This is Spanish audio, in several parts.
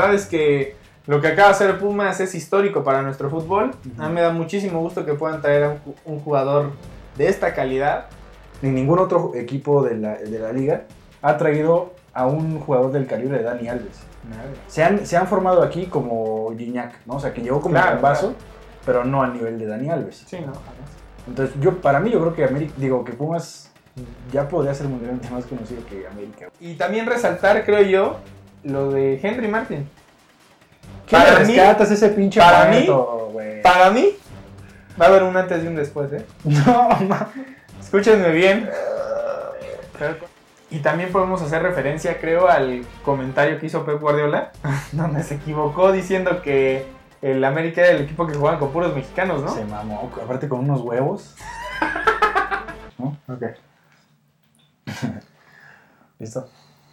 verdad es que lo que acaba de hacer Pumas es histórico para nuestro fútbol. A mí me da muchísimo gusto que puedan traer a un jugador de esta calidad. Ni ningún otro equipo de la liga ha traído a un jugador del calibre de Dani Alves. Se han formado aquí como Gignac, ¿no? O sea, que llegó como un vaso, pero no al nivel de Dani Alves. Sí, no. Entonces, para mí, yo creo que Pumas ya podría ser mundialmente más conocido que América. Y también resaltar, creo yo, lo de Henry Martin. ¿Qué le rescatas ese pinche muerto, güey? Para mí, va a haber un antes y un después, ¿eh? No, mames. Escúchenme bien. Y también podemos hacer referencia, creo, al comentario que hizo Pep Guardiola, donde se equivocó diciendo que el América era el equipo que jugaban con puros mexicanos, ¿no? Se mamó, aparte con unos huevos. ¿No? Ok. ¿Listo?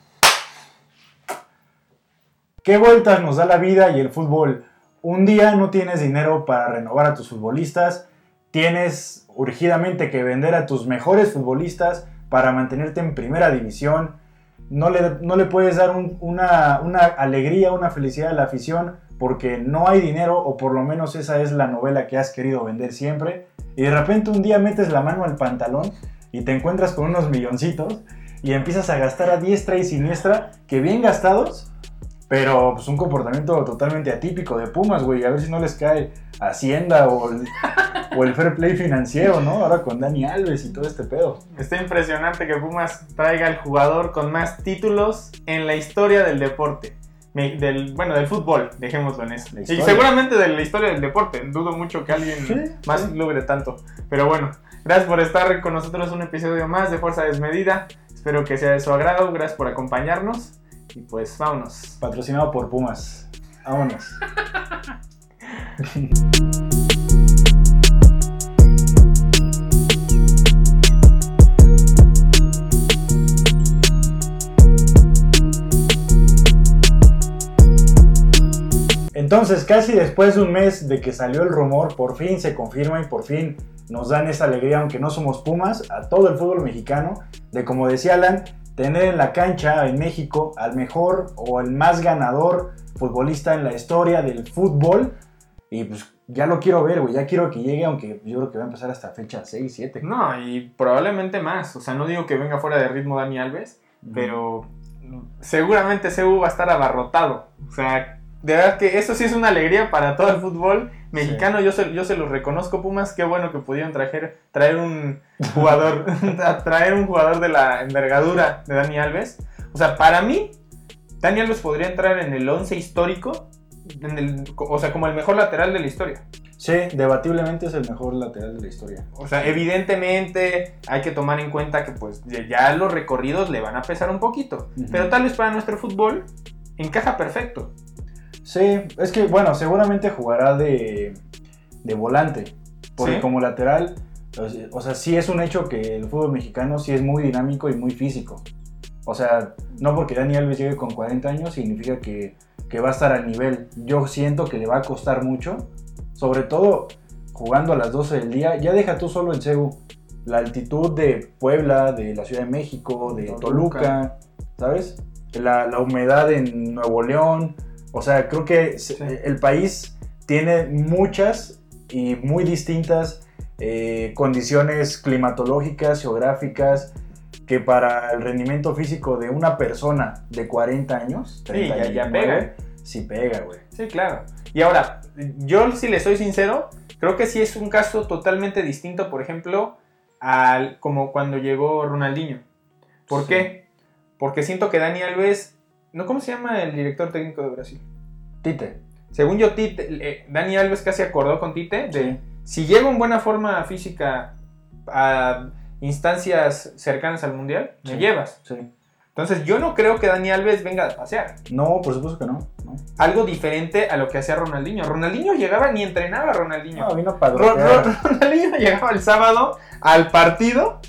¿Qué vueltas nos da la vida y el fútbol? Un día no tienes dinero para renovar a tus futbolistas, tienes urgidamente que vender a tus mejores futbolistas para mantenerte en primera división, no le puedes dar una alegría, una felicidad a la afición porque no hay dinero, o por lo menos esa es la novela que has querido vender siempre, y de repente un día metes la mano al pantalón y te encuentras con unos milloncitos y empiezas a gastar a diestra y siniestra, que bien gastados, pero pues un comportamiento totalmente atípico de Pumas, güey. A ver si no les cae Hacienda o el fair play financiero, ¿no? Ahora con Dani Alves y todo este pedo. Está impresionante que Pumas traiga al jugador con más títulos en la historia del deporte. Del fútbol, dejémoslo en eso. Y seguramente de la historia del deporte. Dudo mucho que alguien más logre tanto. Pero bueno, gracias por estar con nosotros un episodio más de Fuerza Desmedida. Espero que sea de su agrado. Gracias por acompañarnos. Y pues vámonos. Patrocinado por Pumas. Vámonos. Entonces, casi después de un mes de que salió el rumor, por fin se confirma y por fin nos dan esa alegría, aunque no somos Pumas, a todo el fútbol mexicano, de, como decía Alan, tener en la cancha en México al mejor o el más ganador futbolista en la historia del fútbol. Y pues ya lo quiero ver, güey, ya quiero que llegue, aunque yo creo que va a empezar hasta fecha 6, 7. No, y probablemente más. O sea, no digo que venga fuera de ritmo Dani Alves, pero seguramente CU va a estar abarrotado. O sea, de verdad que eso sí es una alegría para todo el fútbol mexicano. Sí. Yo se los reconozco, Pumas. Qué bueno que pudieron traer un jugador de la envergadura de Dani Alves. O sea, para mí, Dani Alves podría entrar en el 11 histórico, o sea, como el mejor lateral de la historia. Sí, debatiblemente es el mejor lateral de la historia. O sea, evidentemente hay que tomar en cuenta que pues ya los recorridos le van a pesar un poquito. Pero tal vez para nuestro fútbol encaja perfecto. Sí, es que, bueno, seguramente jugará de volante, porque ¿sí? Como lateral, o sea, sí es un hecho que el fútbol mexicano sí es muy dinámico y muy físico. O sea, no porque Dani Alves llegue con 40 años significa que va a estar al nivel. Yo siento que le va a costar mucho, sobre todo jugando a las 12 del día. Ya deja tú solo en CU, la altitud de Puebla, de la Ciudad de México, de Toluca, ¿sabes? La humedad en Nuevo León. O sea, creo que el país tiene muchas y muy distintas condiciones climatológicas, geográficas, que para el rendimiento físico de una persona de 40 años, 39, sí, ya pega. Sí pega, güey. Sí, claro. Y ahora, yo si le soy sincero, creo que sí es un caso totalmente distinto, por ejemplo, como cuando llegó Ronaldinho. ¿Por qué? Porque siento que Dani Alves... ¿No? ¿Cómo se llama el director técnico de Brasil? Tite. Según yo, Dani Alves casi acordó con Tite de si llego en buena forma física a instancias cercanas al Mundial, me llevas. Sí. Entonces yo no creo que Dani Alves venga a pasear. No, por supuesto que no. Algo diferente a lo que hacía Ronaldinho. Ronaldinho llegaba, ni entrenaba Ronaldinho. No, vino para Ronaldinho llegaba el sábado al partido...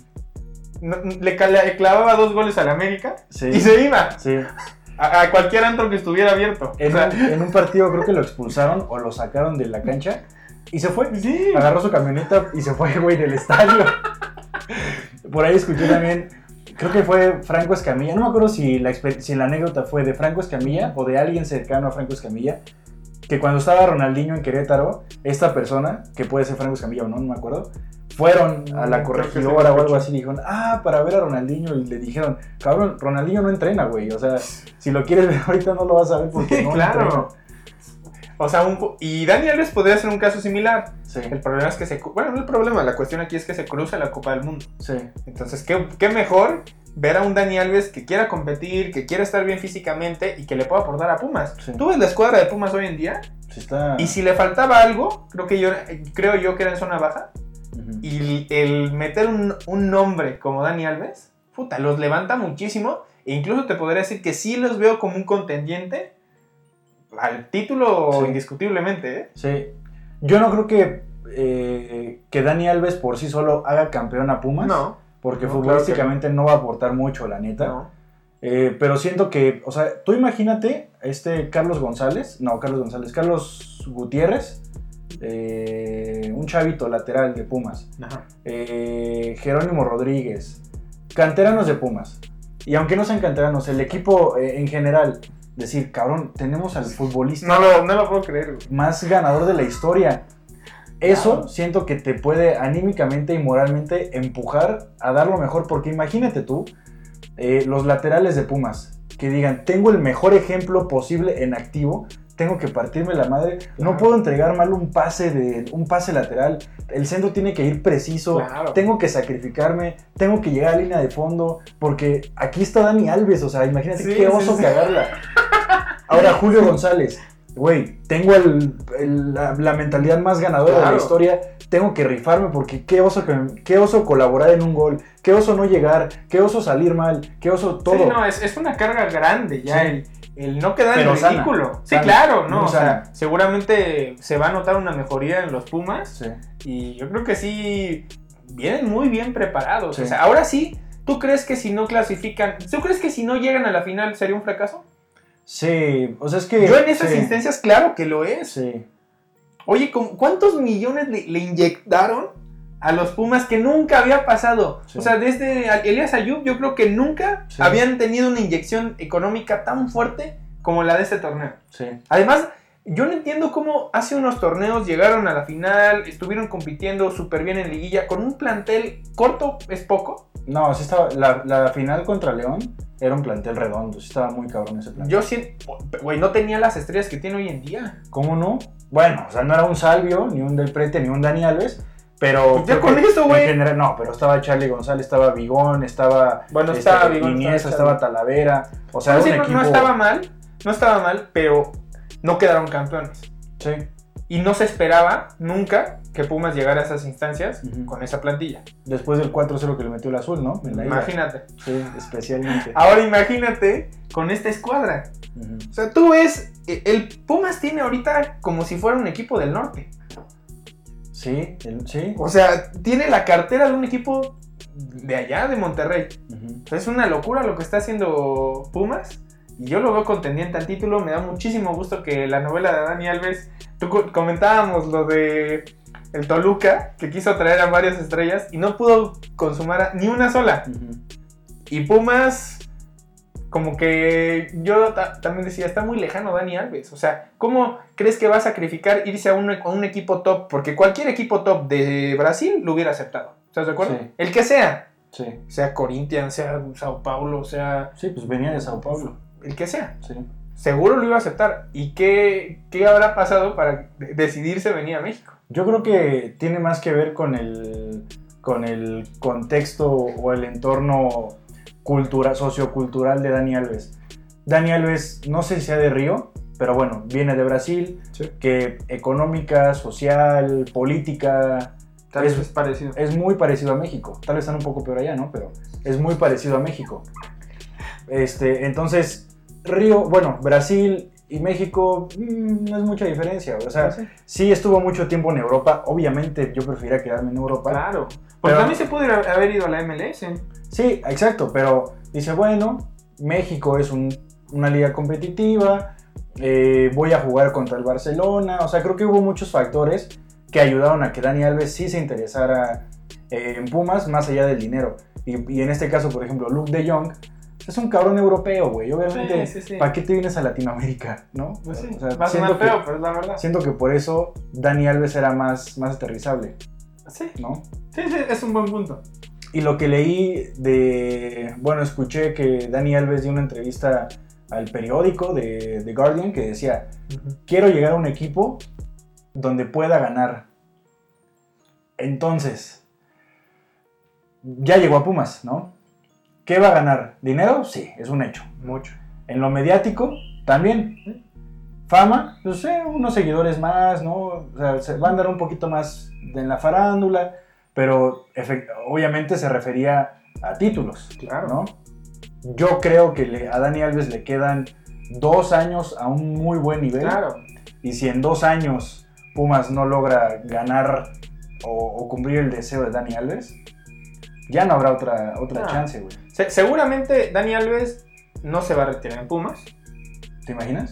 Le clavaba 2 goles al América y se iba a cualquier antro que estuviera abierto. En un partido creo que lo expulsaron o lo sacaron de la cancha y se fue. Sí. Agarró su camioneta y se fue, güey, del estadio. Por ahí escuché también creo que fue Franco Escamilla, no me acuerdo si la anécdota fue de Franco Escamilla o de alguien cercano a Franco Escamilla, que cuando estaba Ronaldinho en Querétaro, esta persona, que puede ser Franco Escamilla o no, no me acuerdo, fueron a la corregidora o algo así, y dijeron, para ver a Ronaldinho, y le dijeron, cabrón, Ronaldinho no entrena, güey, o sea, si lo quieres ver ahorita no lo vas a ver porque no claro. Entrena. O sea, y Dani Alves podría ser un caso similar. Sí. El problema es que no el problema, la cuestión aquí es que se cruza la Copa del Mundo. Sí. Entonces, ¿qué mejor ver a un Dani Alves que quiera competir, que quiera estar bien físicamente y que le pueda aportar a Pumas? Sí. ¿Tú ves la escuadra de Pumas hoy en día? Sí está... Y si le faltaba algo, creo yo que era en zona baja, y el meter un nombre como Dani Alves, puta, los levanta muchísimo, e incluso te podría decir que sí los veo como un contendiente al título indiscutiblemente, ¿eh? Sí. Yo no creo que Dani Alves por sí solo haga campeón a Pumas. No. Porque futbolísticamente no va a aportar mucho, la neta. No. Pero siento que, o sea, tú imagínate Carlos Gutiérrez, un chavito lateral de Pumas. Ajá. Jerónimo Rodríguez, canteranos de Pumas. Y aunque no sean canteranos, el equipo en general, decir, cabrón, tenemos al futbolista no lo puedo creer, más ganador de la historia. Eso siento que te puede anímicamente y moralmente empujar a dar lo mejor, porque imagínate tú, los laterales de Pumas, que digan, tengo el mejor ejemplo posible en activo, tengo que partirme la madre, no puedo entregar mal un pase lateral, el centro tiene que ir preciso, tengo que sacrificarme, tengo que llegar a línea de fondo, porque aquí está Dani Alves, o sea, imagínate qué oso cagarla. Ahora Julio González, güey, tengo la mentalidad más ganadora de la historia, tengo que rifarme porque qué oso colaborar en un gol, qué oso no llegar, qué oso salir mal, qué oso todo. Sí, no, es una carga grande ya el no quedar en ridículo. Sí, sana, claro, no, o sea, seguramente se va a notar una mejoría en los Pumas y yo creo que sí vienen muy bien preparados. O sea, ahora sí, ¿tú crees que si no clasifican, tú crees que si no llegan a la final sería un fracaso? Sí, o sea, es que... Yo en esas instancias, claro que lo es. Sí. Oye, ¿cuántos millones le inyectaron a los Pumas que nunca había pasado? Sí. O sea, desde Elías Ayub yo creo que nunca habían tenido una inyección económica tan fuerte como la de este torneo. Sí. Además, yo no entiendo cómo hace unos torneos llegaron a la final, estuvieron compitiendo súper bien en liguilla, con un plantel corto, ¿es poco? No, sí estaba, la final contra León era un plantel redondo, sí estaba muy cabrón ese plantel. Yo sí, güey, no tenía las estrellas que tiene hoy en día. ¿Cómo no? Bueno, o sea, no era un Salvio, ni un Del Prete, ni un Dani Alves, pero... Pues ya con eso, güey. En general, no, pero estaba Charlie González, estaba Vigón, estaba... Bueno, estaba Vigón. Iniesta, estaba Talavera, o sea, era un equipo... No estaba mal, pero no quedaron campeones. Sí. Y no se esperaba nunca que Pumas llegara a esas instancias con esa plantilla. Después del 4-0 que le metió el azul, ¿no? Imagínate. Sí, especialmente. Ahora imagínate con esta escuadra. O sea, tú ves, el Pumas tiene ahorita como si fuera un equipo del norte. Sí, sí. O sea, tiene la cartera de un equipo de allá, de Monterrey. O sea, es una locura lo que está haciendo Pumas. Y yo lo veo contendiente al título. Me da muchísimo gusto que la novela de Dani Alves... Comentábamos lo de el Toluca, que quiso traer a varias estrellas y no pudo consumar ni una sola. Y Pumas, como que yo también decía, está muy lejano Dani Alves. O sea, ¿cómo crees que va a sacrificar irse a un equipo top? Porque cualquier equipo top de Brasil lo hubiera aceptado. ¿Estás de acuerdo? Sí. El que sea. Sí. Sea Corinthians, sea Sao Paulo, sea... Sí, pues venía de Sao Paulo. El que sea. Sí. Seguro lo iba a aceptar. ¿Y qué habrá pasado para decidirse venir a México? Yo creo que tiene más que ver con el contexto o el entorno sociocultural de Dani Alves. Dani Alves, no sé si sea de Río, pero bueno, viene de Brasil, que económica, social, política... Tal vez es parecido. Es muy parecido a México. Tal vez están un poco peor allá, ¿no? Pero es muy parecido a México. Entonces... Brasil y México no es mucha diferencia, o sea, sí estuvo mucho tiempo en Europa, obviamente yo preferiría quedarme en Europa. Claro, porque también se pudo haber ido a la MLS. Sí, exacto, pero dice, bueno, México es una liga competitiva, voy a jugar contra el Barcelona, o sea, creo que hubo muchos factores que ayudaron a que Dani Alves sí se interesara en Pumas más allá del dinero. Y en este caso, por ejemplo, Luke de Jong es un cabrón europeo, güey. Obviamente, Sí. ¿para qué te vienes a Latinoamérica, no? Pues sí, O sea, va a sonar feo, pero es la verdad. Siento que por eso Dani Alves era más aterrizable, Sí, ¿no? sí, es un buen punto. Y lo que leí escuché que Dani Alves dio una entrevista al periódico de The Guardian que decía, quiero llegar a un equipo donde pueda ganar. Entonces, ya llegó a Pumas, ¿no? ¿Qué va a ganar? ¿Dinero? Sí, es un hecho. Mucho. En lo mediático, también. Fama, no sé, unos seguidores más, ¿no? O sea, se va a andar un poquito más en la farándula, pero obviamente se refería a títulos, Claro. ¿no? Yo creo que a Dani Alves le quedan 2 años a un muy buen nivel. Claro. Y si en 2 años Pumas no logra ganar o cumplir el deseo de Dani Alves, ya no habrá otra chance, güey. Seguramente Dani Alves no se va a retirar en Pumas. ¿Te imaginas?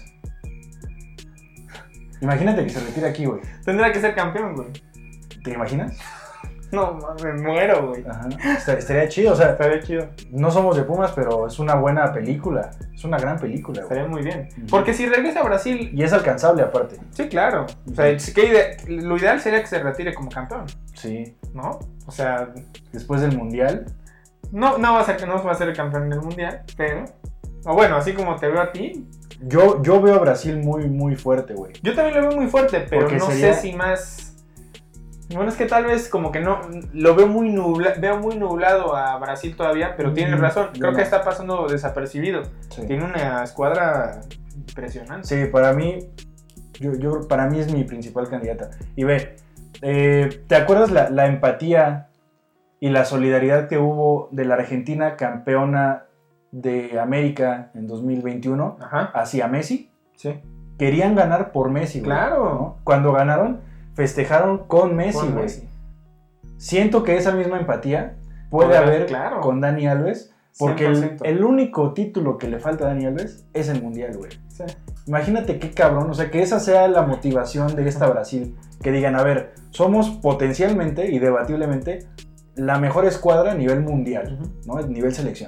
Imagínate que se retira aquí, güey. Tendrá que ser campeón, güey. ¿Te imaginas? No, me muero, güey. Ajá. Estaría chido, o sea, Estaría chido. no somos de Pumas, pero es una buena película. Es una gran película, güey. Estaría muy bien. Porque si regresa a Brasil... Y es alcanzable, aparte. Sí, claro. O sea, lo ideal sería que se retire como campeón, Sí. ¿no? O sea, Después del Mundial. no va a ser el campeón del Mundial, pero... O bueno, así como te veo a ti... Yo veo a Brasil muy, muy fuerte, güey. Yo también lo veo muy fuerte, pero Porque no sería... sé si más... Bueno, es que tal vez como que no... Lo veo muy nublado a Brasil todavía, pero tienes razón. Creo que está pasando desapercibido. Sí. Tiene una escuadra impresionante. Sí, para mí... para mí es mi principal candidata. Y ve, ¿te acuerdas la empatía y la solidaridad que hubo de la Argentina campeona de América en 2021 Ajá. hacia Messi? Sí. Querían ganar por Messi, güey. Claro. ¿No? Cuando ganaron, festejaron con Messi, güey. Siento que esa misma empatía puede haber con Dani Alves, porque el único título que le falta a Dani Alves es el Mundial, güey. Sí. Imagínate qué cabrón, o sea, que esa sea la motivación de esta Brasil, que digan, a ver, somos potencialmente y debatiblemente la mejor escuadra a nivel mundial, ¿no? A nivel selección.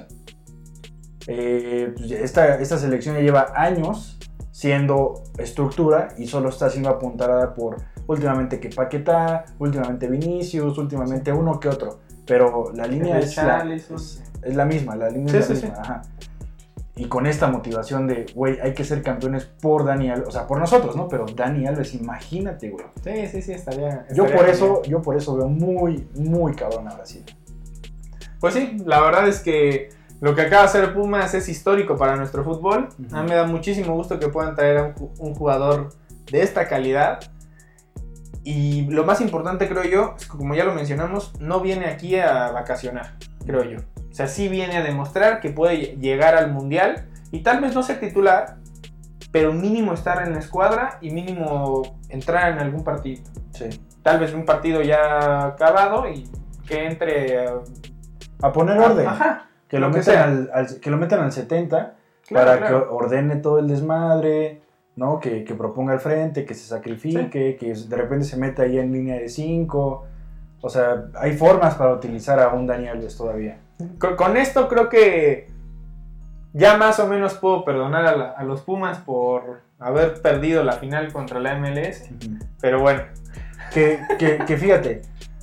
Esta selección ya lleva años siendo estructura y solo está siendo apuntalada por últimamente que Paquetá, últimamente Vinicius, últimamente uno que otro, pero la línea es la misma, la línea es la misma. Ajá. Y con esta motivación de, güey, hay que ser campeones por Dani Alves, o sea, por nosotros, ¿no? Pero Dani Alves, imagínate, güey. Sí, estaría yo por eso veo muy, muy cabrón a Brasil. Pues sí, la verdad es que lo que acaba de hacer Pumas es histórico para nuestro fútbol. A mí me da muchísimo gusto que puedan traer a un jugador de esta calidad. Y lo más importante, creo yo, es que como ya lo mencionamos, no viene aquí a vacacionar, creo yo. O sea, sí viene a demostrar que puede llegar al Mundial y tal vez no ser titular, pero mínimo estar en la escuadra y mínimo entrar en algún partido. Sí. Tal vez un partido ya acabado y que entre a poner orden. Ajá. Que lo metan al 70 para que ordene todo el desmadre, ¿no? Que proponga al frente, que se sacrifique, que de repente se meta ahí en línea de 5. O sea, hay formas para utilizar a un Dani Alves todavía. Con esto creo que ya más o menos puedo perdonar a los Pumas por haber perdido la final contra la MLS. Pero bueno. Que fíjate,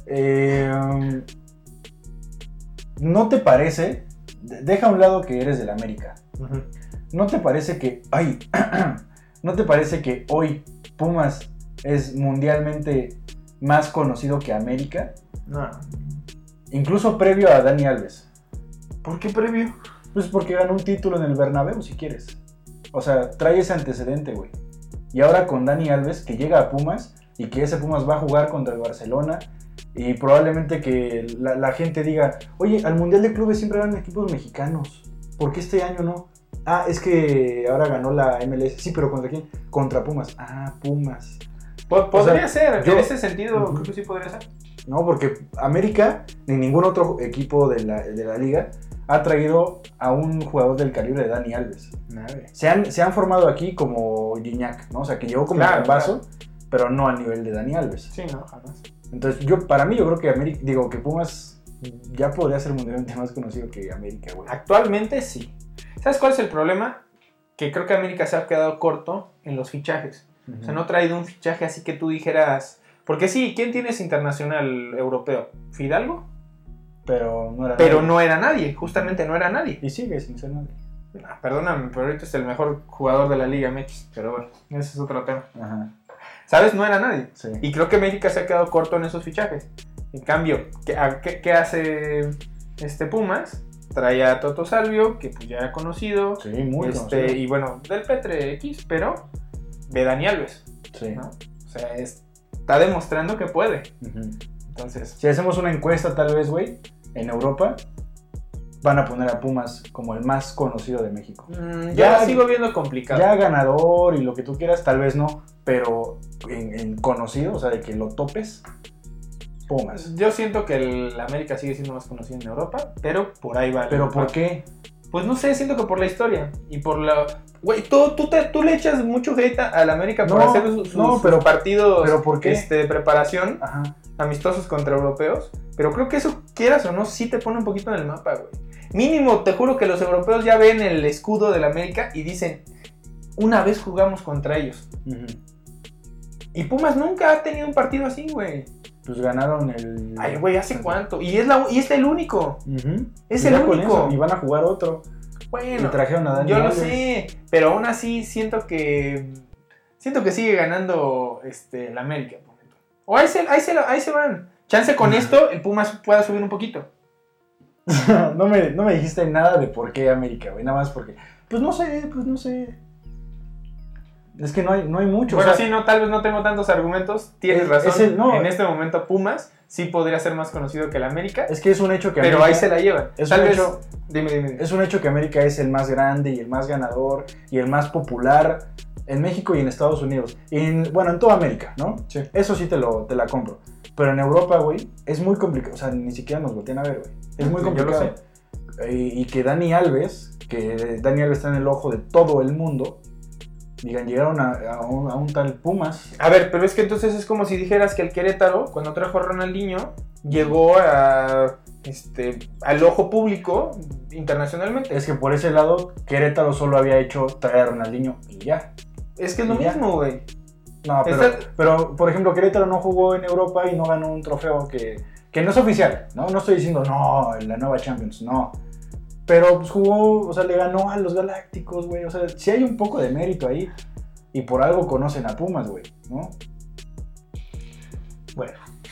¿no te parece? Deja a un lado que eres del América. ¿No te parece que ¿no te parece que hoy Pumas es mundialmente más conocido que América? No. Incluso previo a Dani Alves. ¿Por qué previo? Pues porque ganó un título en el Bernabéu, si quieres. O sea, trae ese antecedente, güey. Y ahora con Dani Alves, que llega a Pumas y que ese Pumas va a jugar contra el Barcelona. Y probablemente que la gente diga, oye, al Mundial de Clubes siempre van equipos mexicanos. ¿Por qué este año no? Ah, es que ahora ganó la MLS. Sí, pero ¿contra quién? Contra Pumas. Ah, Pumas. Podría ser, en ese sentido creo que sí podría ser. No, porque América, ni ningún otro equipo de la liga, ha traído a un jugador del calibre de Dani Alves. Se han formado aquí como Gignac, ¿no? O sea, que llegó como un vaso, pero no al nivel de Dani Alves. Sí, no, jamás. Entonces, para mí, yo creo que Pumas ya podría ser mundialmente más conocido que América, güey. Actualmente sí. ¿Sabes cuál es el problema? Que creo que América se ha quedado corto en los fichajes. Uh-huh. O sea, no ha traído un fichaje así que tú dijeras... Porque sí, ¿quién tienes internacional europeo? ¿Fidalgo? Pero no era nadie, justamente no era nadie. Y sigue sin ser nadie. Perdóname, pero ahorita es el mejor jugador de la Liga MX. Pero bueno, ese es otro tema. Ajá. ¿Sabes? No era nadie. Sí. Y creo que América se ha quedado corto en esos fichajes. En cambio, ¿qué hace Pumas? Trae a Toto Salvio, que pues ya era conocido. Sí, muy conocido. Y bueno, del Petre X, pero de Dani Alves. Sí. ¿no? O sea, está demostrando que puede. Uh-huh. Entonces, si hacemos una encuesta tal vez, güey, en Europa, van a poner a Pumas como el más conocido de México. Ya lo sigo viendo complicado. Ya ganador y lo que tú quieras, tal vez no, pero en conocido, o sea, de que lo topes, Pumas. Yo siento que el América sigue siendo más conocido en Europa, pero por ahí va. ¿Pero por qué? Pues no sé, siento que por la historia y por la... Güey, tú le echas mucho hate al América por hacer sus partidos ¿pero por qué? De preparación, ajá, amistosos contra europeos, pero creo que eso, quieras o no, sí te pone un poquito en el mapa, güey. Mínimo, te juro que los europeos ya ven el escudo del América y dicen, una vez jugamos contra ellos. Uh-huh. Y Pumas nunca ha tenido un partido así, güey. Pues ganaron el... Ay, güey, ¿hace cuánto? Y es el único. Uh-huh. Es el único. Y van a jugar otro. Bueno, y trajeron a Dani yo Alves. lo sé, pero aún así siento que sigue ganando el América. O ahí se van. Chance con esto el Pumas pueda subir un poquito. no me dijiste nada de por qué América, güey, nada más porque pues no sé. Es que no hay mucho. Bueno, sí, no, tal vez no tengo tantos argumentos. Tienes razón. En este momento Pumas sí podría ser más conocido que el América. Es que es un hecho que América, pero ahí se la llevan. Dime. Es un hecho que América es el más grande y el más ganador y el más popular en México y en Estados Unidos. En toda América, ¿no? Sí. Eso sí te la compro. Pero en Europa, güey, es muy complicado. O sea, ni siquiera nos voltean a ver, güey. Es muy complicado. Yo lo sé. Y que Dani Alves está en el ojo de todo el mundo. Digan, llegaron a un tal Pumas. A ver, pero es que entonces es como si dijeras que el Querétaro, cuando trajo a Ronaldinho, llegó al ojo público internacionalmente. Es que por ese lado, Querétaro solo había hecho traer a Ronaldinho y ya. Es que es lo mismo, güey. No, pero, por ejemplo, Querétaro no jugó en Europa y no ganó un trofeo que no es oficial, ¿no? No estoy diciendo, no, la nueva Champions, no. Pero pues jugó, o sea, le ganó a los Galácticos, güey. O sea, sí hay un poco de mérito ahí. Y por algo conocen a Pumas, güey, ¿no? Bueno.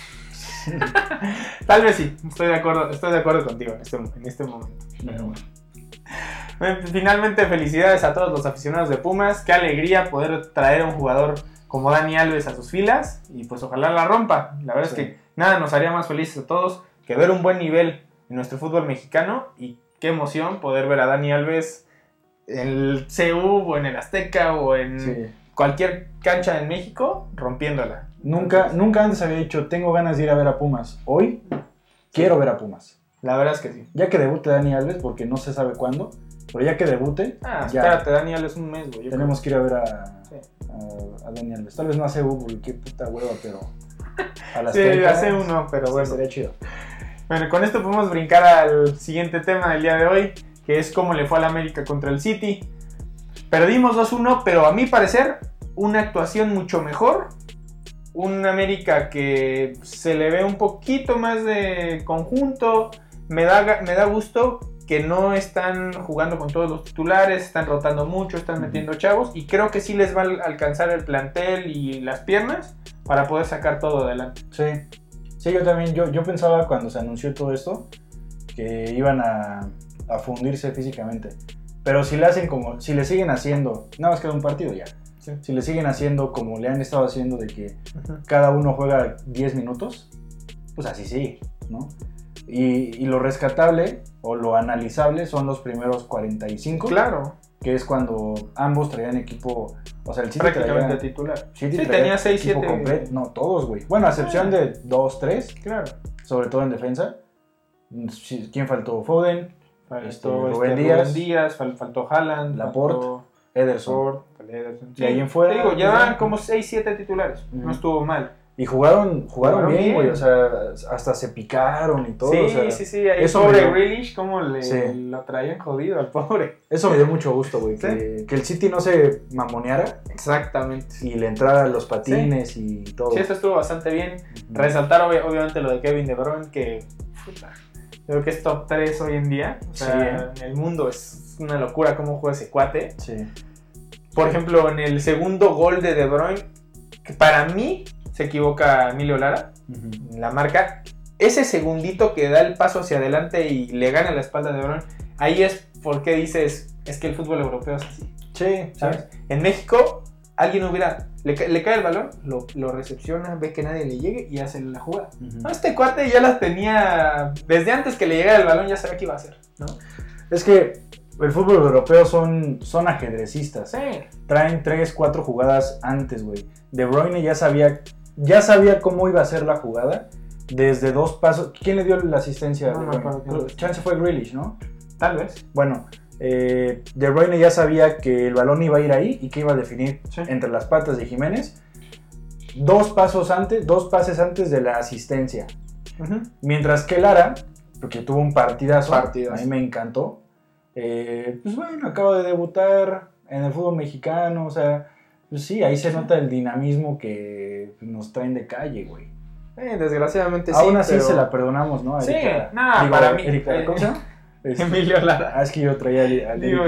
Tal vez sí, estoy de acuerdo contigo en este momento. Bueno. Finalmente, felicidades a todos los aficionados de Pumas. Qué alegría poder traer a un jugador como Dani Alves a sus filas. Y pues ojalá la rompa. La verdad es que nada nos haría más felices a todos que ver un buen nivel en nuestro fútbol mexicano. Y qué emoción poder ver a Dani Alves en el CU o en el Azteca o en cualquier cancha en México rompiéndola. Nunca antes había dicho, tengo ganas de ir a ver a Pumas. Hoy quiero ver a Pumas. La verdad es que sí. Ya que debute Dani Alves, porque no se sabe cuándo, pero ya que debute... espérate, Dani Alves un mes, güey. Tenemos que ir a ver a Dani Alves. Tal vez no a CU, porque qué puta hueva, pero... A las a CU no, pero bueno. Sería chido. Bueno, con esto podemos brincar al siguiente tema del día de hoy, que es cómo le fue al América contra el City. Perdimos 2-1, pero a mi parecer, una actuación mucho mejor. Un América que se le ve un poquito más de conjunto. Me da gusto que no están jugando con todos los titulares, están rotando mucho, están metiendo chavos. Y creo que sí les va a alcanzar el plantel y las piernas para poder sacar todo adelante. Sí, yo también, yo pensaba cuando se anunció todo esto que iban a fundirse físicamente. Pero si le siguen haciendo, nada más queda un partido ya. Sí. Si le siguen haciendo como le han estado haciendo de que cada uno juega 10 minutos, pues así sí, ¿no? Y lo rescatable o lo analizable son los primeros 45. Claro. Que es cuando ambos traían equipo, o sea, el City prácticamente titular. City tenía 6-7. No, todos, güey. Bueno, a excepción de 2-3. Claro. Sobre todo en defensa. ¿Quién faltó? Foden. Rubén Díaz. Faltó Haaland. Laporte. Ederson. Sí, y ahí en fuera. te digo, ya van como 6-7 titulares. No estuvo mal. Y jugaron bien, güey. O sea, hasta se picaron y todo. Sí, o sea, sí. Ahí eso pobre me dio- Grealish, cómo lo traían jodido al pobre. Eso me dio mucho gusto, güey. Sí. Que el City no se mamoneara Exactamente. y le entrara los patines y todo. Sí, eso estuvo bastante bien. Resaltar obviamente lo de Kevin De Bruyne, que puta, creo que es top 3 hoy en día. O sea, en el mundo es una locura cómo juega ese cuate. Sí. Por ejemplo, en el segundo gol de De Bruyne, que para mí se equivoca Emilio Lara, en la marca. Ese segundito que da el paso hacia adelante y le gana la espalda a De Bruyne, ahí es porque dices, es que el fútbol europeo es así. Sí, ¿Sabes? En México, alguien le cae el balón, lo recepciona, ve que nadie le llegue y hace la jugada. No, este cuate ya las tenía, desde antes que le llegara el balón ya sabía qué iba a hacer, ¿no? Es que el fútbol europeo son ajedrecistas. Sí. Traen 3, 4 jugadas antes, güey. De Bruyne ya sabía cómo iba a ser la jugada desde 2 pasos. ¿Quién le dio la asistencia? No me acuerdo. Chance fue Grealish, ¿no? Tal vez. Bueno, De Bruyne ya sabía que el balón iba a ir ahí y que iba a definir entre las patas de Jiménez. 2 pases antes de la asistencia. Mientras que Lara, porque tuvo un partidazo. A mí me encantó. Pues bueno, acaba de debutar en el fútbol mexicano, o sea, pues sí, ahí se nota el dinamismo que nos traen de calle, güey. Desgraciadamente sí. Aún así se la perdonamos, ¿no? Sí, Erika, no, para mí. ¿Cómo se llama? Emilio Lara. Es que yo traía al Digo,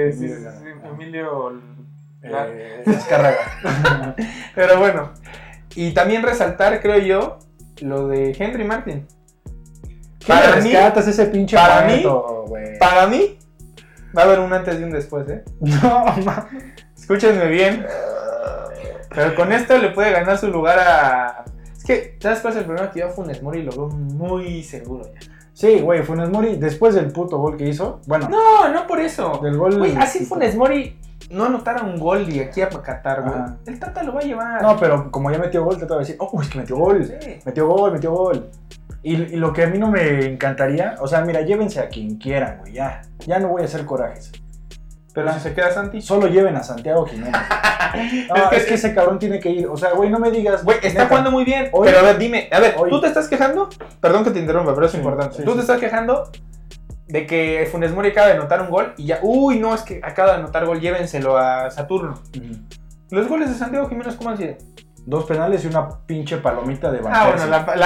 Emilio Lara. Azcárraga. Pero bueno, y también resaltar, creo yo, lo de Henry Martin. ¿Qué le rescatas ese pinche momento, güey? Para mí, va a haber un antes y un después, ¿eh? No, mames. Escúchenme bien. Pero con esto le puede ganar su lugar a... Es que, ¿sabes cuál es el problema? Que yo a Funes Mori lo veo muy seguro ya. Sí, güey, Funes Mori, después del puto gol que hizo, bueno... No por eso. Del gol... Güey, así Funes Mori no anotara un gol de aquí a Qatar, güey. El Tata lo va a llevar. No, pero como ya metió gol, te va a decir, oh, es que metió gol. Sí. Metió gol. Y lo que a mí no me encantaría, o sea, mira, llévense a quien quieran, güey, ya no voy a hacer corajes. Pero si se queda Santi, solo lleven a Santiago Jiménez. No, es que ese cabrón tiene que ir, o sea, güey, no me digas. Güey, está jugando muy bien, hoy, pero a ver, dime, ¿tú te estás quejando? Perdón que te interrumpa, pero es importante. ¿Tú te estás quejando de que Funes Mori acaba de anotar un gol y ya, uy, no, es que acaba de anotar gol, llévenselo a Saturno? Los goles de Santiago Jiménez, ¿cómo han sido? 2 penales y una pinche palomita de Van Persie. Bueno,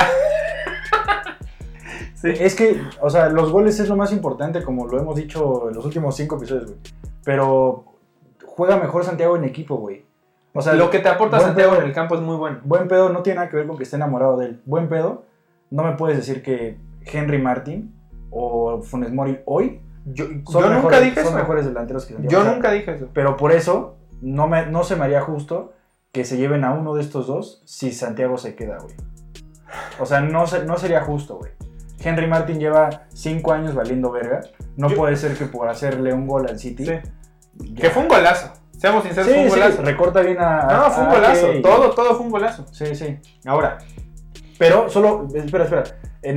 Sí. Es que, o sea, los goles es lo más importante, como lo hemos dicho en los últimos 5 episodios, güey. Pero juega mejor Santiago en equipo, güey. O sea, lo que te aporta Santiago en el campo es muy bueno. Buen pedo no tiene nada que ver con que esté enamorado de él. Buen pedo, no me puedes decir que Henry Martin o Funes Mori hoy son mejores delanteros que Santiago. Yo nunca dije eso. Pero por eso no se me haría justo que se lleven a uno de estos dos si Santiago se queda, güey. O sea, no sería justo, güey. Henry Martin lleva 5 años valiendo verga. No puede ser que por hacerle un gol al City... Sí. Que fue un golazo. Seamos sinceros, fue un golazo. Sí, recorta bien No, fue un golazo. Todo fue un golazo. Sí. Ahora. Pero solo... Espera. En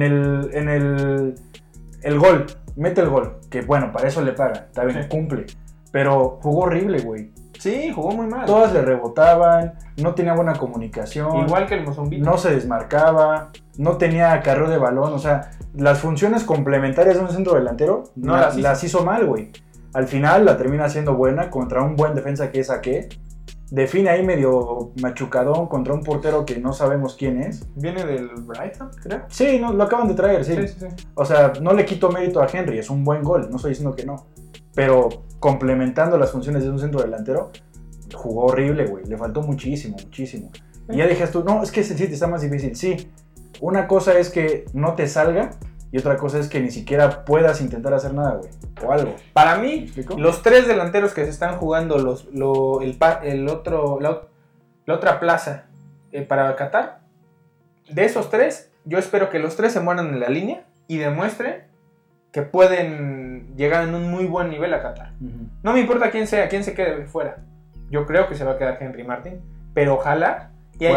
el gol. Mete el gol. Que bueno, para eso le pagan. Está bien, cumple. Pero jugó horrible, güey. Sí, jugó muy mal. Todas le rebotaban, no tenía buena comunicación. Igual que el Mozombito. No se desmarcaba, no tenía acarreo de balón. O sea, las funciones complementarias de un centro delantero las hizo mal, güey. Al final la termina siendo buena contra un buen defensa que es Ake. Define ahí medio machucadón contra un portero que no sabemos quién es. ¿Viene del Brighton, creo? Sí, no, lo acaban de traer, sí. O sea, no le quito mérito a Henry, es un buen gol, no estoy diciendo que no. Pero complementando las funciones de un centro delantero, jugó horrible, güey. Le faltó muchísimo. Y ya dijes tú, no, es que ese City está más difícil. Sí, una cosa es que no te salga y otra cosa es que ni siquiera puedas intentar hacer nada, güey. O algo. Para mí, los 3 delanteros que se están jugando la otra plaza para Qatar, de esos 3, yo espero que los 3 se mueran en la línea y demuestren que pueden llegar en un muy buen nivel a Qatar. No me importa quién sea, quién se quede fuera. Yo creo que se va a quedar Henry Martin, pero ojalá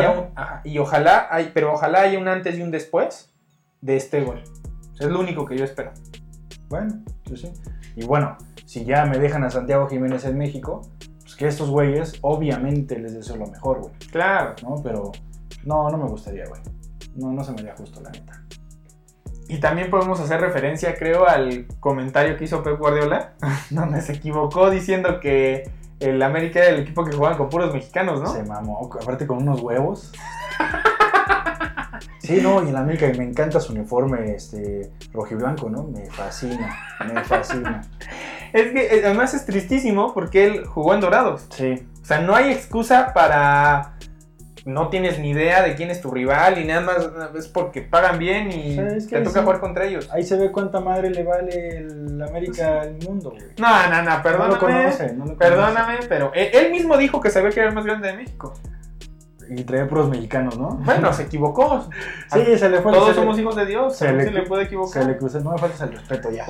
ojalá haya un antes y un después de este gol. Es lo único que yo espero. Bueno, pues sí. Y bueno, si ya me dejan a Santiago Jiménez en México, pues que estos güeyes, obviamente les deseo lo mejor, güey. Claro. ¿No? Pero No, no me gustaría, güey. No se me haría justo, la neta. Y también podemos hacer referencia, creo, al comentario que hizo Pep Guardiola, donde se equivocó diciendo que el América era el equipo que jugaban con puros mexicanos, ¿no? Se mamó, aparte con unos huevos. Sí, no, y el América me encanta su uniforme rojiblanco, ¿no? Me fascina. Es que además es tristísimo porque él jugó en Dorados. Sí. O sea, no hay excusa para... No tienes ni idea de quién es tu rival y nada más es porque pagan bien y te toca jugar contra ellos. Ahí se ve cuánta madre le vale el América al mundo, güey. No, perdóname. No lo conoce. Perdóname, pero él mismo dijo que sabía que era el más grande de México. Y traía puros mexicanos, ¿no? Bueno, se equivocó. Sí, se le fue. Todos somos hijos de Dios, se le puede equivocar. Se le cruzaron, no me faltes el respeto ya.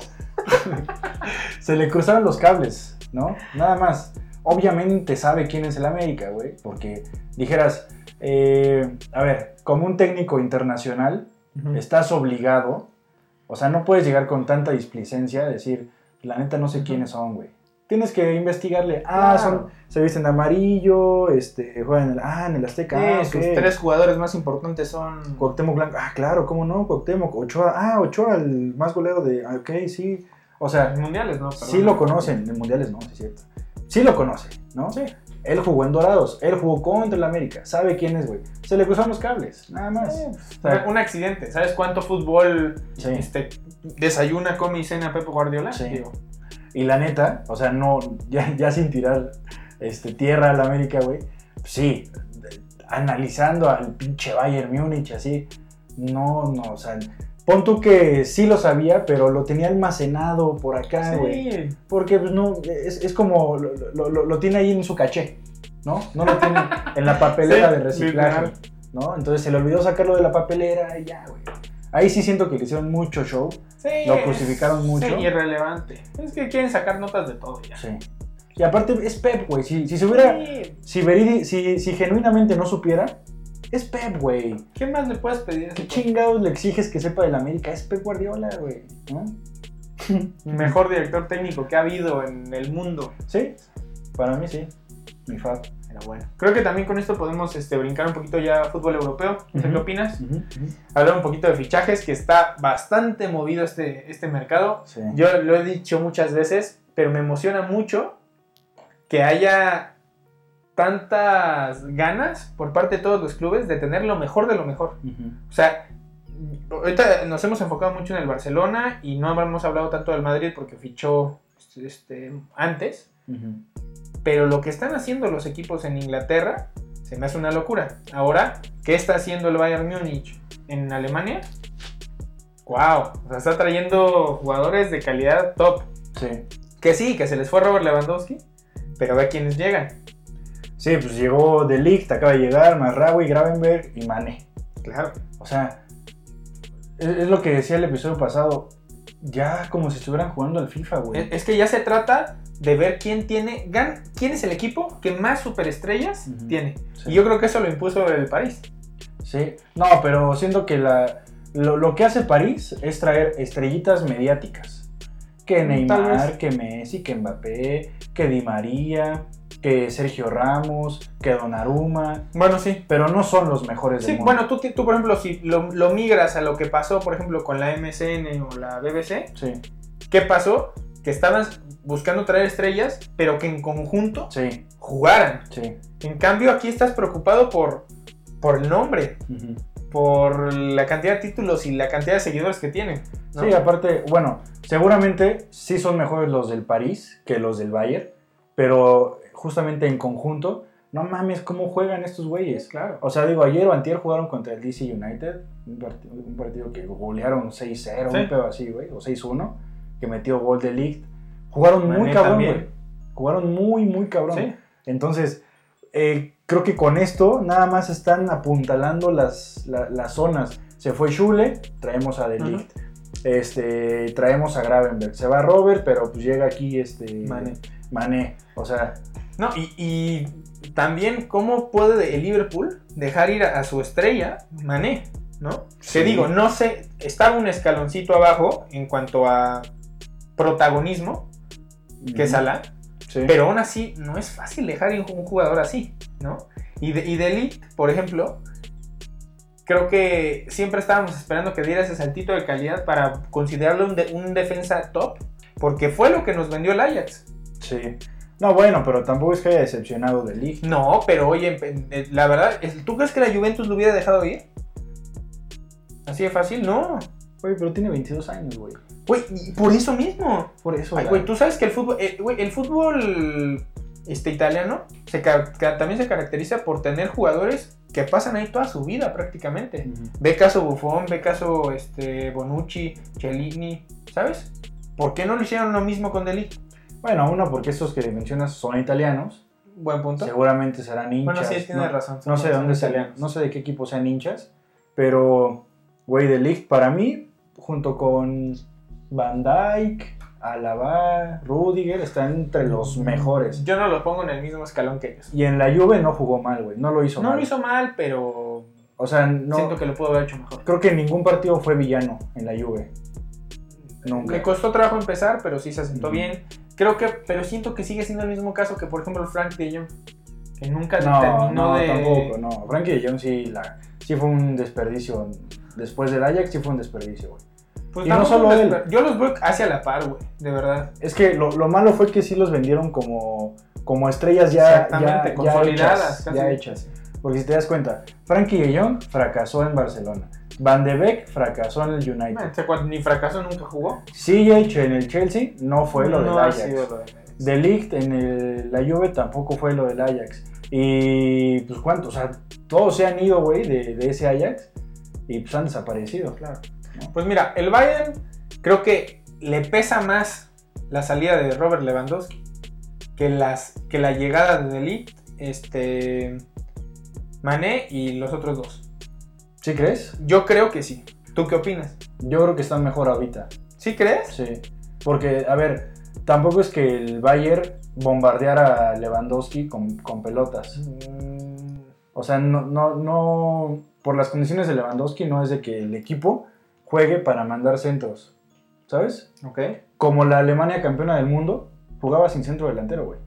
Se le cruzaron los cables, ¿no? Nada más. Obviamente sabe quién es el América, güey, porque dijeras, a ver, como un técnico internacional, estás obligado, o sea, no puedes llegar con tanta displicencia a decir, la neta no sé quiénes son, güey. Tienes que investigarle. Claro. Se visten de amarillo, juegan en el Azteca. Sus 3 jugadores más importantes son... Cuauhtémoc Blanco. Claro, ¿cómo no? Cuauhtémoc. Ochoa. Ochoa, el más goleo de... Ok, sí. O sea... En mundiales, ¿no? Perdón. Sí lo conocen. En mundiales no, sí es cierto. Sí lo conoce, ¿no? Sí. Él jugó en Dorados. Él jugó contra el América. Sabe quién es, güey. Se le cruzaron los cables. Nada más. Sí. O sea, un accidente. ¿Sabes cuánto fútbol desayuna, come y cena Pep Guardiola? Sí. Digo. Y la neta, o sea, no, ya sin tirar tierra al América, güey, sí, analizando al pinche Bayern Múnich, así, no, o sea, pon tú que sí lo sabía, pero lo tenía almacenado por acá, güey, sí. Porque pues no, es como, lo tiene ahí en su caché, ¿no? No lo tiene en la papelera de reciclaje, ¿no? Entonces se le olvidó sacarlo de la papelera y ya, güey. Ahí sí siento que le hicieron mucho show. Sí, lo crucificaron mucho. Sí, irrelevante. Es que quieren sacar notas de todo ya. Sí. Y aparte es Pep, güey. Si se hubiera... Sí. Si genuinamente no supiera, es Pep, güey. ¿Qué más le puedes pedir? ¿Qué chingados le exiges que sepa del América? Es Pep Guardiola, güey, ¿no? Mejor director técnico que ha habido en el mundo. Sí, para mí sí. Mi fab. Pero bueno, creo que también con esto podemos brincar un poquito ya a fútbol europeo. ¿Qué opinas? Hablar un poquito de fichajes, que está bastante movido este mercado. Sí. Yo lo he dicho muchas veces, pero me emociona mucho que haya tantas ganas por parte de todos los clubes de tener lo mejor de lo mejor. O sea, ahorita nos hemos enfocado mucho en el Barcelona y no hemos hablado tanto del Madrid porque fichó antes. Pero lo que están haciendo los equipos en Inglaterra se me hace una locura. Ahora, ¿qué está haciendo el Bayern Múnich en Alemania? ¡Wow! O sea, está trayendo jugadores de calidad top. Sí. Que se les fue Robert Lewandowski, pero ve quiénes llegan. Sí, pues llegó De Ligt, acaba de llegar, Mazraoui, Gravenberch y Mané. Claro. O sea, es lo que decía el episodio pasado. Ya como si estuvieran jugando al FIFA, güey. Es que ya se trata de ver quién es el equipo que más superestrellas tiene. Sí. Y yo creo que eso lo impuso el París. Sí, no, pero siento que lo que hace París es traer estrellitas mediáticas. Que Neymar, que Messi, que Mbappé, que Di María, que Sergio Ramos, que Donnarumma. Bueno, sí. Pero no son los mejores del mundo. Bueno, tú por ejemplo, si lo migras a lo que pasó, por ejemplo, con la MSN o la BBC. Sí. ¿Qué pasó? Que estaban buscando traer estrellas, pero que en conjunto jugaran. Sí. En cambio, aquí estás preocupado por el nombre, por la cantidad de títulos y la cantidad de seguidores que tienen, ¿no? Sí, aparte, bueno, seguramente sí son mejores los del París que los del Bayern, pero justamente en conjunto, no mames, ¿cómo juegan estos güeyes? Claro. O sea, digo, ayer o antier jugaron contra el DC United, un partido que golearon 6-0, un pedo así, güey, o 6-1. Que metió gol de Ligt. Jugaron muy cabrón, güey. Jugaron muy cabrón. Sí. Entonces, creo que con esto nada más están apuntalando las zonas. Se fue Schule, traemos a De Ligt. Traemos a Gravenberch. Se va Robert, pero pues llega aquí Mané. O sea... No, y también cómo puede el Liverpool dejar ir a su estrella, Mané, ¿no? Sí. Te digo, no sé, estaba un escaloncito abajo en cuanto a protagonismo que Salah, pero aún así no es fácil dejar ir un jugador así, ¿no? Y De Ligt, por ejemplo, creo que siempre estábamos esperando que diera ese saltito de calidad para considerarlo un defensa top, porque fue lo que nos vendió el Ajax. Sí. No, bueno, pero tampoco es que haya decepcionado de Ligt. No, pero oye, la verdad, ¿tú crees que la Juventus lo hubiera dejado ir? ¿Así de fácil? No. Güey, pero tiene 22 años, güey. Güey, por eso mismo. Por eso. Ay, güey, tú sabes que el fútbol italiano también se caracteriza por tener jugadores que pasan ahí toda su vida prácticamente. Ve caso Buffon, ve caso Bonucci, Chiellini, ¿sabes? ¿Por qué no lo hicieron lo mismo con De Ligt? Bueno, uno, porque estos que mencionas son italianos. Buen punto. Seguramente serán hinchas. Bueno, sí, tienes razón. No sé de dónde salían, no sé de qué equipo sean hinchas, pero, güey, De Ligt para mí, junto con Van Dijk, Alaba, Rudiger, están entre los mejores. Yo no los pongo en el mismo escalón que ellos. Y en la Juve no jugó mal, güey, no lo hizo mal. No lo hizo mal, pero o sea, no, siento que lo pudo haber hecho mejor. Creo que ningún partido fue villano en la Juve. Nunca. Le costó trabajo empezar, pero sí se asentó bien. Pero siento que sigue siendo el mismo caso que, por ejemplo, el Frank de Jong, que nunca terminó de... No, tampoco, no. Frankie de Jong sí fue un desperdicio. Después del Ajax sí fue un desperdicio, güey. Pues y no solo él. Yo los veo hacia la par, güey, de verdad. Es que lo malo fue que sí los vendieron como estrellas ya consolidadas. Ya hechas. Porque si te das cuenta, Frankie de Jong fracasó en Barcelona. Van de Beek fracasó en el United. Ni fracasó, nunca jugó. Ziyech en el Chelsea no fue lo del Ajax. Lo De Ligt en la Juve tampoco fue lo del Ajax. Y pues cuánto, o sea, todos se han ido, güey, de ese Ajax y pues han desaparecido. Claro. ¿No? Pues mira, el Bayern creo que le pesa más la salida de Robert Lewandowski que la llegada de Ligt, Mané y los otros dos. ¿Sí crees? Yo creo que sí. ¿Tú qué opinas? Yo creo que están mejor ahorita. ¿Sí crees? Sí. Porque, a ver, tampoco es que el Bayern bombardeara a Lewandowski con pelotas. O sea, no. Por las condiciones de Lewandowski no es de que el equipo juegue para mandar centros. ¿Sabes? Ok. Como la Alemania campeona del mundo, jugaba sin centro delantero, güey.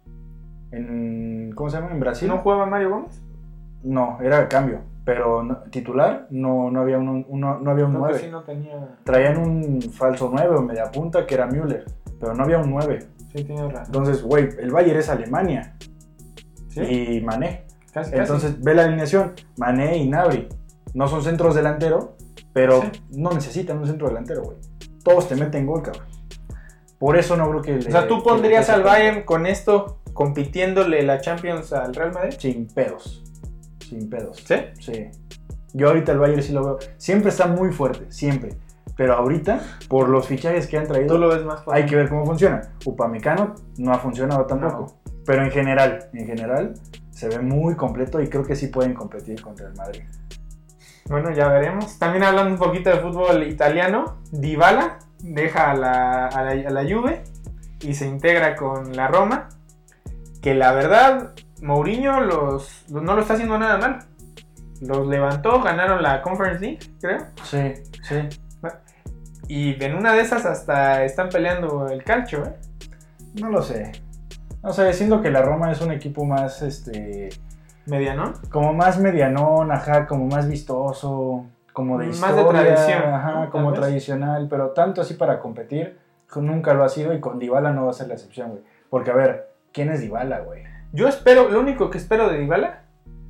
¿Cómo se llama? ¿En Brasil? ¿No jugaba Mario Gómez? No, era cambio. Pero titular no había un 9. Sí, no tenía... Traían un falso 9 o media punta que era Müller, pero no había un 9. Sí, tienes razón. Entonces, güey, el Bayern es Alemania. ¿Sí? Y Mané. Casi. Entonces, ve la alineación. Mané y Gnabry. No son centros delantero, pero sí, no necesitan un centro delantero, güey. Todos te meten gol, cabrón. Por eso no creo que... O sea, ¿tú pondrías al Bayern con esto compitiéndole la Champions al Real Madrid? Sin pedos. ¿Sí? Sí. Yo ahorita el Bayern sí lo veo. Siempre está muy fuerte, siempre. Pero ahorita, por los fichajes que han traído, tú lo ves más fuerte. Hay que ver cómo funciona. Upamecano no ha funcionado tampoco. No. Pero en general, se ve muy completo y creo que sí pueden competir contra el Madrid. Bueno, ya veremos. También hablando un poquito de fútbol italiano, Dybala deja a la Juve y se integra con la Roma, que la verdad Mourinho no lo está haciendo nada mal. Los levantó, ganaron la Conference League, creo. Sí. Y en una de esas hasta están peleando el calcio, ¿eh? No lo sé. No sé, siento que la Roma es un equipo más, ¿medianón? Como más medianón, ajá, como más vistoso, como de historia. Más de tradición. Ajá, como tradicional, pero tanto así para competir, nunca lo ha sido y con Dybala no va a ser la excepción, güey. Porque, a ver, ¿quién es Dybala, güey? Lo único que espero de Dybala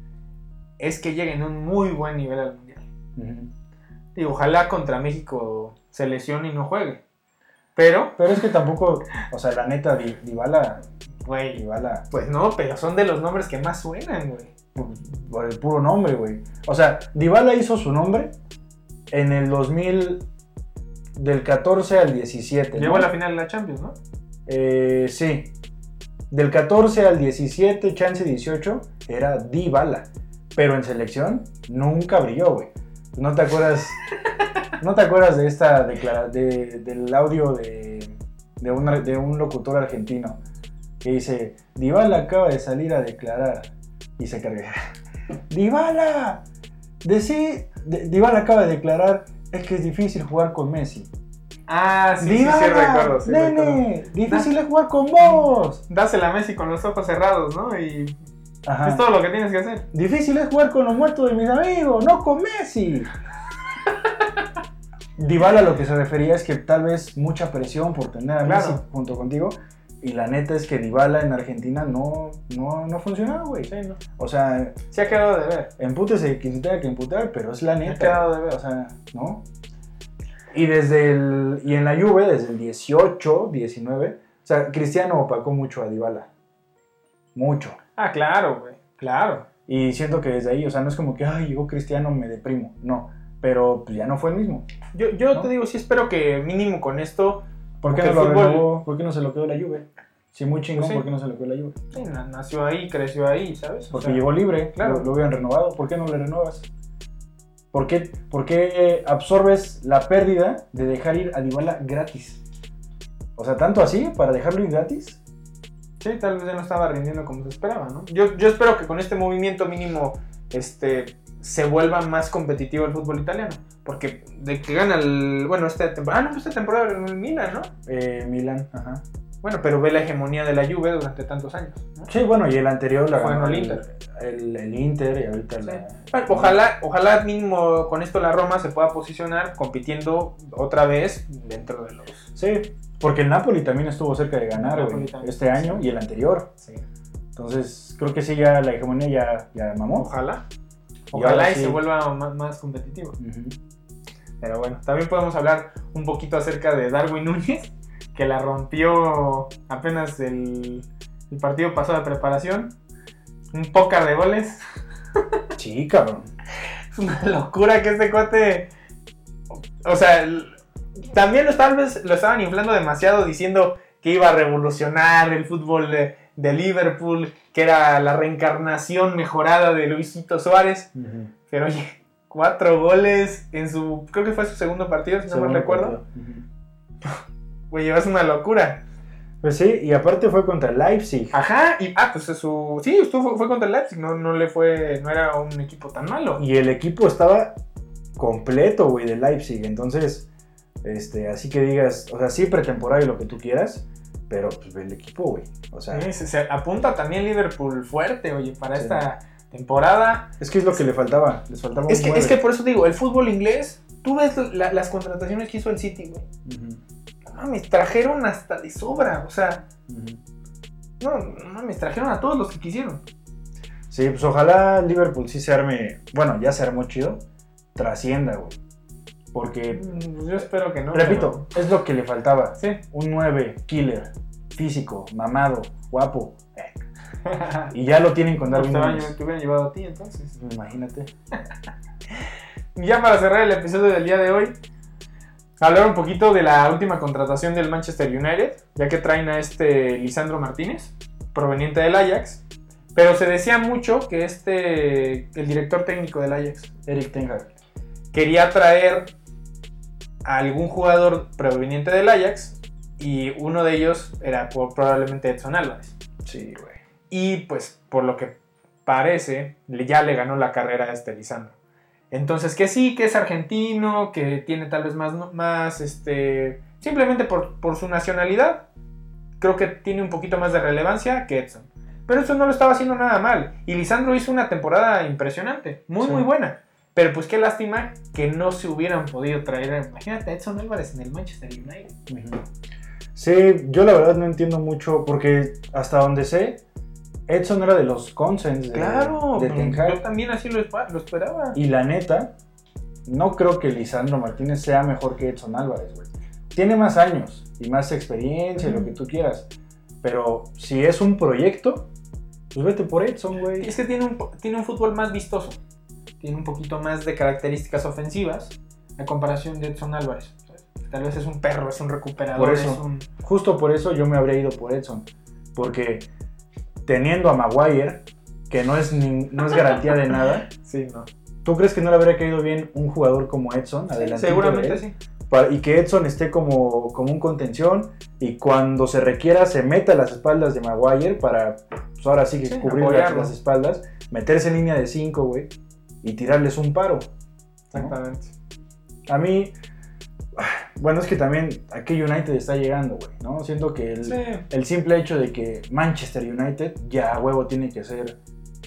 es que llegue en un muy buen nivel al Mundial. Uh-huh. Y ojalá contra México se lesione y no juegue. Pero es que tampoco, o sea, la neta, Dybala... Güey, Dybala. Pues no, pero son de los nombres que más suenan, güey. Por el puro nombre, güey. O sea, Dybala hizo su nombre en el 2000, del 14 al 17. Llegó a la final de la Champions, ¿no? Sí. Del 14 al 17, chance 18, era Dybala. Pero en selección nunca brilló, güey. ¿No te acuerdas? ¿No te acuerdas de esta del audio de un locutor argentino? Que dice, Dybala acaba de salir a declarar. Y se carga. ¡Dybala! Dybala acaba de declarar, es que es difícil jugar con Messi. Ah, sí, Dybala, sí, recuerdo. Sí, nene, difícil es jugar con vos. Dásela a Messi con los ojos cerrados, ¿no? Y Ajá. Es todo lo que tienes que hacer. Difícil es jugar con los muertos de mis amigos, no con Messi. Dybala lo que se refería es que tal vez mucha presión por tener a Messi junto contigo. Y la neta es que Dybala en Argentina no funcionaba, güey. Sí, no. O sea, Se ha quedado de ver. Empútese quien se tenga que emputar, pero es la neta. Se ha quedado de ver. O sea, ¿no? Y en la Juve, desde el 18, 19, o sea, Cristiano opacó mucho a Dybala. Mucho. Ah, claro, güey. Claro. Y siento que desde ahí, o sea, no es como que, ay, llegó Cristiano, me deprimo. No. Pero pues, ya no fue el mismo. Yo ¿no? te digo, sí espero que mínimo con esto. ¿Por qué no lo renovó? ¿Por qué no se lo quedó la Juve? Sí, muy chingón, Pues sí. ¿Por qué no se lo quedó la Juve? Sí, nació ahí, creció ahí, ¿sabes? Porque llegó libre, claro. lo hubieran renovado. ¿Por qué no le renovas? ¿Por qué absorbes la pérdida de dejar ir a Dybala gratis? O sea, ¿tanto así para dejarlo ir gratis? Sí, tal vez ya no estaba rindiendo como se esperaba, ¿no? Yo espero que con este movimiento mínimo se vuelva más competitivo el fútbol italiano. Porque de que gana esta temporada... esta temporada en el Milan, ¿no? Milan, ajá. Bueno, pero ve la hegemonía de la Juve durante tantos años, ¿no? Sí, bueno, y el anterior la ganó ganó el Inter. El Inter y ahorita sí. Bueno, ojalá mínimo con esto la Roma se pueda posicionar compitiendo otra vez dentro de los... Sí, porque el Napoli también estuvo cerca de ganar este año y el anterior. Sí. Entonces, creo que sí, ya la hegemonía ya mamó. Ojalá y se vuelva más competitivo. Uh-huh. Pero bueno, también podemos hablar un poquito acerca de Darwin Núñez, que la rompió apenas el partido pasado de preparación. Un pócar de goles. Sí, cabrón. Es una locura que este cuate... O sea, también tal vez lo estaban inflando demasiado diciendo que iba a revolucionar el fútbol de Liverpool, que era la reencarnación mejorada de Luisito Suárez. Uh-huh. Pero oye, 4 goles en creo que fue su segundo partido, si no mal recuerdo. Güey, es una locura. Pues sí, y aparte fue contra el Leipzig. Ajá, pues fue contra el Leipzig, no era un equipo tan malo. Y el equipo estaba completo, güey, de Leipzig, entonces, así que digas, o sea, sí, pretemporada y lo que tú quieras, pero pues el equipo, güey, o sea... Sí, se apunta también Liverpool fuerte, oye, para esta temporada. Es que es lo que les faltaba un es que por eso digo, el fútbol inglés, tú ves las contrataciones que hizo el City, güey. Uh-huh. Mames, trajeron hasta de sobra, o sea, no mames, trajeron a todos los que quisieron. Sí, pues ojalá Liverpool sí se arme, bueno, ya se armó chido, trascienda, güey, porque... Yo espero que no. Repito, pero... es lo que le faltaba, sí. Un 9 killer, físico, mamado, guapo, y ya lo tienen con Darwin Núñez. Te hubieran llevado a ti, entonces. Imagínate. Ya para cerrar el episodio del día de hoy, hablar un poquito de la última contratación del Manchester United, ya que traen a Lisandro Martínez, proveniente del Ajax. Pero se decía mucho que el director técnico del Ajax, Erik ten Hag, quería traer a algún jugador proveniente del Ajax y uno de ellos era probablemente Edson Álvarez. Sí, güey. Y pues por lo que parece, ya le ganó la carrera a Lisandro. Entonces que sí, que es argentino, que tiene tal vez más simplemente por su nacionalidad, creo que tiene un poquito más de relevancia que Edson. Pero eso no lo estaba haciendo nada mal. Y Lisandro hizo una temporada impresionante, muy buena. Pero pues qué lástima que no se hubieran podido traer. Imagínate a Edson Álvarez en el Manchester United. Uh-huh. Sí, yo la verdad no entiendo mucho, porque hasta donde sé, Edson era de los consens de Ten Hag. Yo también así lo esperaba. Y la neta, no creo que Lisandro Martínez sea mejor que Edson Álvarez, güey. Tiene más años y más experiencia, lo que tú quieras. Pero si es un proyecto, pues vete por Edson, güey. Es que tiene un fútbol más vistoso. Tiene un poquito más de características ofensivas a comparación de Edson Álvarez. Tal vez es un perro, es un recuperador. Por eso, justo por eso yo me habría ido por Edson. Porque teniendo a Maguire, que no es garantía de nada. Sí, no. ¿Tú crees que no le habría caído bien un jugador como Edson? Sí, seguramente sí. Y que Edson esté como un contención y cuando se requiera se meta a las espaldas de Maguire para, pues ahora sí que cubrir las espaldas, meterse en línea de 5, güey, y tirarles un paro. Exactamente. ¿No? A mí, bueno, es que también aquí United está llegando, güey, ¿no? Siento que el simple hecho de que Manchester United ya a huevo tiene que ser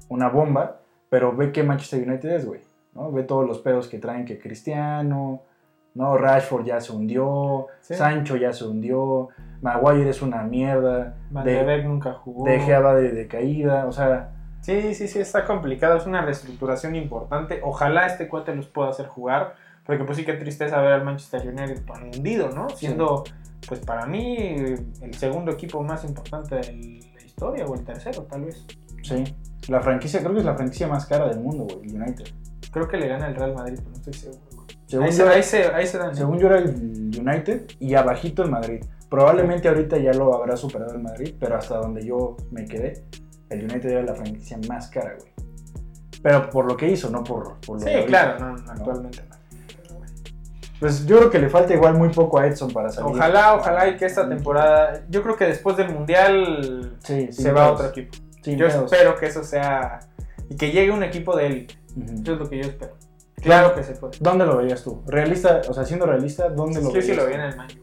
una bomba, pero ve que Manchester United es, güey, ¿no? Ve todos los pedos que traen, que Cristiano, ¿no? Rashford ya se hundió, Sí. Sancho ya se hundió, Maguire es una mierda, Van de Beek nunca jugó. De Gea va de caída, o sea... Sí, está complicado, es una reestructuración importante. Ojalá este cuate los pueda hacer jugar, porque pues sí que tristeza ver al Manchester United tan hundido, ¿no? Siendo, pues para mí, el segundo equipo más importante de la historia, o el tercero, tal vez. Sí, la franquicia, creo que es la franquicia más cara del mundo, güey, el United. Creo que le gana el Real Madrid, pero no estoy seguro. Según Ahí se dan. Según yo era el United y abajito el Madrid. Probablemente ahorita ya lo habrá superado el Madrid, pero hasta donde yo me quedé, el United era la franquicia más cara, güey. Pero por lo que hizo, no por lo Sí, de ahorita, claro, no, actualmente no. Pero bueno. Pues yo creo que le falta igual muy poco a Edson para salir. Ojalá y que esta temporada, yo creo que después del Mundial sí, se va a otro equipo. Yo espero que eso sea, y que llegue un equipo de élite. Eso es lo que yo espero. Claro que se puede. ¿Dónde lo verías tú? Realista, o sea, siendo realista, ¿dónde lo verías? Yo sí lo vi en el Man U.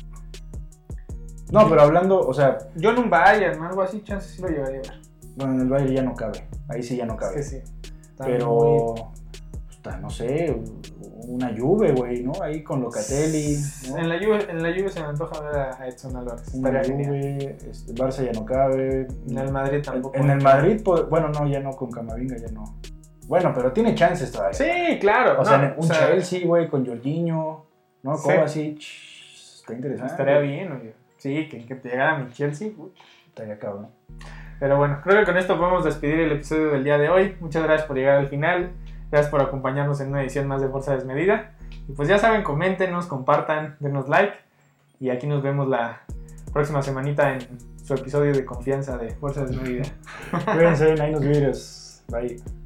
No, pero hablando, o sea... Yo en un Bayern, algo así, chance sí lo llevaría a ver. Bueno, en el Bayern ya no cabe. Ahí sí ya no cabe. Es que sí. Pero... no sé, una Juve, güey, ¿no? Ahí con Locatelli, ¿no? En la Juve se me antoja ver a Edson Álvarez. Una Juve, Barça ya no cabe. En el Madrid tampoco. En el Madrid, bueno, no, ya no, con Camavinga ya no. Bueno, pero tiene chances todavía. Sí, claro. O sea, Chelsea, güey, con Jorginho, ¿no? Sí. Kovacic, está interesante. Estaría bien, oye. Sí, que te llegara mi Chelsea. Estaría cabrón. Pero bueno, creo que con esto podemos despedir el episodio del día de hoy. Muchas gracias por llegar al final. Gracias por acompañarnos en una edición más de Fuerza Desmedida. Y pues ya saben, coméntenos, compartan, denos like. Y aquí nos vemos la próxima semanita en su episodio de confianza de Fuerza Desmedida. Cuídense, ahí nos videos. Bye.